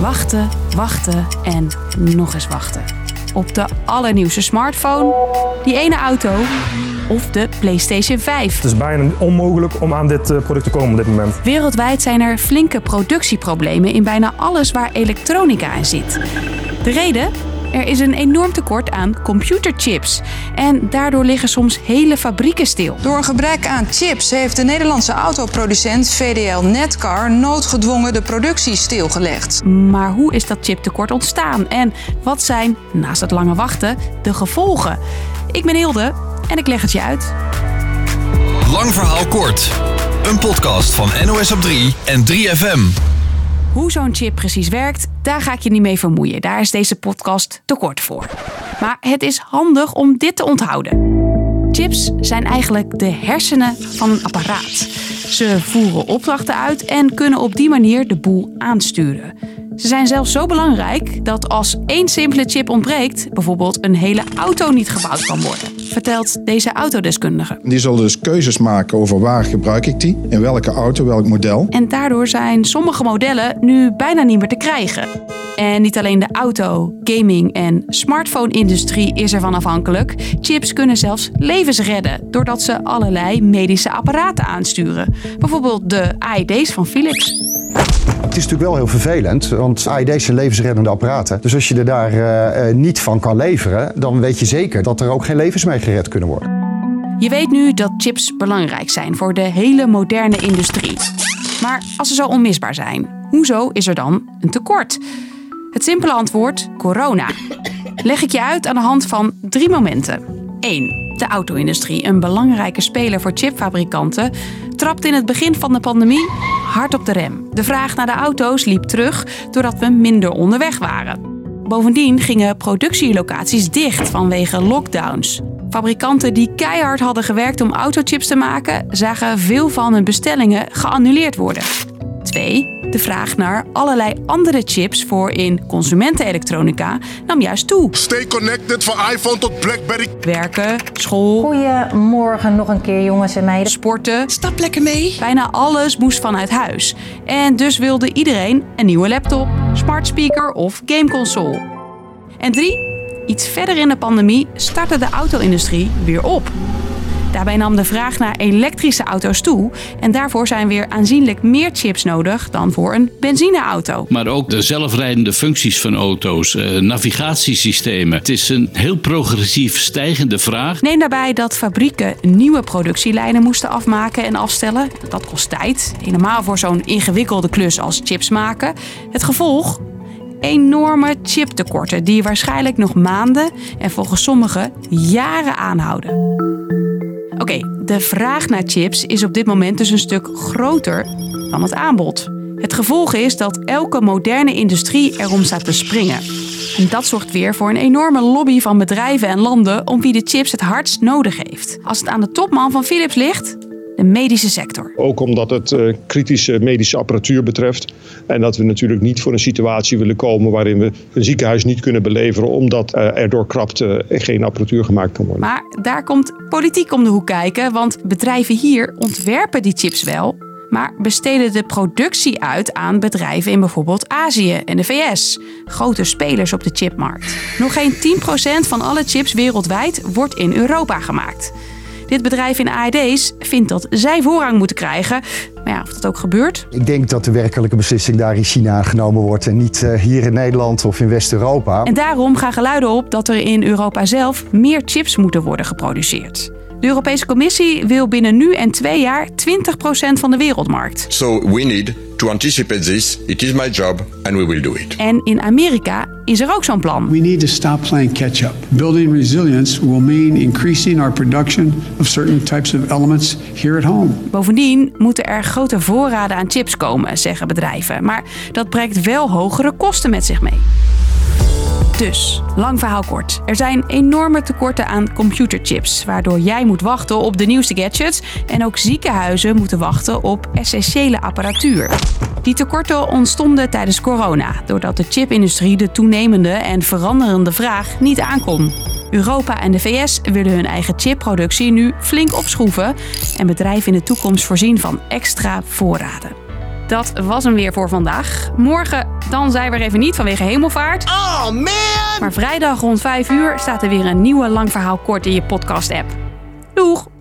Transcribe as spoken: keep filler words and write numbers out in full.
Wachten, wachten en nog eens wachten. Op de allernieuwste smartphone, die ene auto of de PlayStation vijf. Het is bijna onmogelijk om aan dit product te komen op dit moment. Wereldwijd zijn er flinke productieproblemen in bijna alles waar elektronica in zit. De reden? Er is een enorm tekort aan computerchips. En daardoor liggen soms hele fabrieken stil. Door een gebrek aan chips heeft de Nederlandse autoproducent V D L Netcar noodgedwongen de productie stilgelegd. Maar hoe is dat chiptekort ontstaan? En wat zijn, naast het lange wachten, de gevolgen? Ik ben Hilde en ik leg het je uit. Lang verhaal kort. Een podcast van N O S op drie en drie F M. Hoe zo'n chip precies werkt, daar ga ik je niet mee vermoeien. Daar is deze podcast te kort voor. Maar het is handig om dit te onthouden. Chips zijn eigenlijk de hersenen van een apparaat. Ze voeren opdrachten uit en kunnen op die manier de boel aansturen. Ze zijn zelfs zo belangrijk dat als één simpele chip ontbreekt, bijvoorbeeld een hele auto niet gebouwd kan worden, vertelt deze autodeskundige. Die zullen dus keuzes maken over waar gebruik ik die, in welke auto, welk model. En daardoor zijn sommige modellen nu bijna niet meer te krijgen. En niet alleen de auto, gaming en smartphone-industrie is ervan afhankelijk. Chips kunnen zelfs levens redden, doordat ze allerlei medische apparaten aansturen. Bijvoorbeeld de A E D's van Philips. Het is natuurlijk wel heel vervelend, want A E D's zijn levensreddende apparaten. Dus als je er daar uh, niet van kan leveren, dan weet je zeker dat er ook geen levens mee gered kunnen worden. Je weet nu dat chips belangrijk zijn voor de hele moderne industrie. Maar als ze zo onmisbaar zijn, hoezo is er dan een tekort? Het simpele antwoord: corona. Leg ik je uit aan de hand van drie momenten. één. De auto-industrie, een belangrijke speler voor chipfabrikanten, trapte in het begin van de pandemie hard op de rem. De vraag naar de auto's liep terug doordat we minder onderweg waren. Bovendien gingen productielocaties dicht vanwege lockdowns. Fabrikanten die keihard hadden gewerkt om autochips te maken, zagen veel van hun bestellingen geannuleerd worden. twee. De vraag naar allerlei andere chips voor in consumentenelektronica nam juist toe. Stay connected van iPhone tot BlackBerry. Werken, school. Goedemorgen nog een keer jongens en meiden. Sporten. Stap lekker mee. Bijna alles moest vanuit huis. En dus wilde iedereen een nieuwe laptop, smart speaker of gameconsole. En drie. Iets verder in de pandemie startte de auto-industrie weer op. Daarbij nam de vraag naar elektrische auto's toe en daarvoor zijn weer aanzienlijk meer chips nodig dan voor een benzineauto. Maar ook de zelfrijdende functies van auto's, eh, navigatiesystemen. Het is een heel progressief stijgende vraag. Neem daarbij dat fabrieken nieuwe productielijnen moesten afmaken en afstellen. Dat kost tijd, helemaal voor zo'n ingewikkelde klus als chips maken. Het gevolg? Enorme chiptekorten die waarschijnlijk nog maanden en volgens sommigen jaren aanhouden. Oké, okay, de vraag naar chips is op dit moment dus een stuk groter dan het aanbod. Het gevolg is dat elke moderne industrie erom staat te springen. En dat zorgt weer voor een enorme lobby van bedrijven en landen om wie de chips het hardst nodig heeft. Als het aan de topman van Philips ligt, de medische sector. Ook omdat het uh, kritische medische apparatuur betreft. En dat we natuurlijk niet voor een situatie willen komen waarin we een ziekenhuis niet kunnen beleveren omdat uh, er door krapte geen apparatuur gemaakt kan worden. Maar daar komt politiek om de hoek kijken, want bedrijven hier ontwerpen die chips wel, maar besteden de productie uit aan bedrijven in bijvoorbeeld Azië en de V S. Grote spelers op de chipmarkt. Nog geen tien procent van alle chips wereldwijd wordt in Europa gemaakt. Dit bedrijf in A E D's vindt dat zij voorrang moeten krijgen. Maar ja, of dat ook gebeurt? Ik denk dat de werkelijke beslissing daar in China genomen wordt en niet uh, hier in Nederland of in West-Europa. En daarom gaan geluiden op dat er in Europa zelf meer chips moeten worden geproduceerd. De Europese Commissie wil binnen nu en twee jaar twintig procent van de wereldmarkt. So we need to anticipate this. It is my job and we will do it. En in Amerika is er ook zo'n plan. We need to stop playing catch-up. Building resilience will mean increasing our production of certain types of elements here at home. Bovendien moeten er grote voorraden aan chips komen, zeggen bedrijven. Maar dat brengt wel hogere kosten met zich mee. Dus, lang verhaal kort. Er zijn enorme tekorten aan computerchips, waardoor jij moet wachten op de nieuwste gadgets en ook ziekenhuizen moeten wachten op essentiële apparatuur. Die tekorten ontstonden tijdens corona, doordat de chipindustrie de toenemende en veranderende vraag niet aankon. Europa en de V S willen hun eigen chipproductie nu flink opschroeven en bedrijven in de toekomst voorzien van extra voorraden. Dat was hem weer voor vandaag. Morgen dan zijn we er even niet vanwege hemelvaart. Oh man! Maar vrijdag rond vijf uur staat er weer een nieuwe Lang Verhaal Kort in je podcast app. Doeg!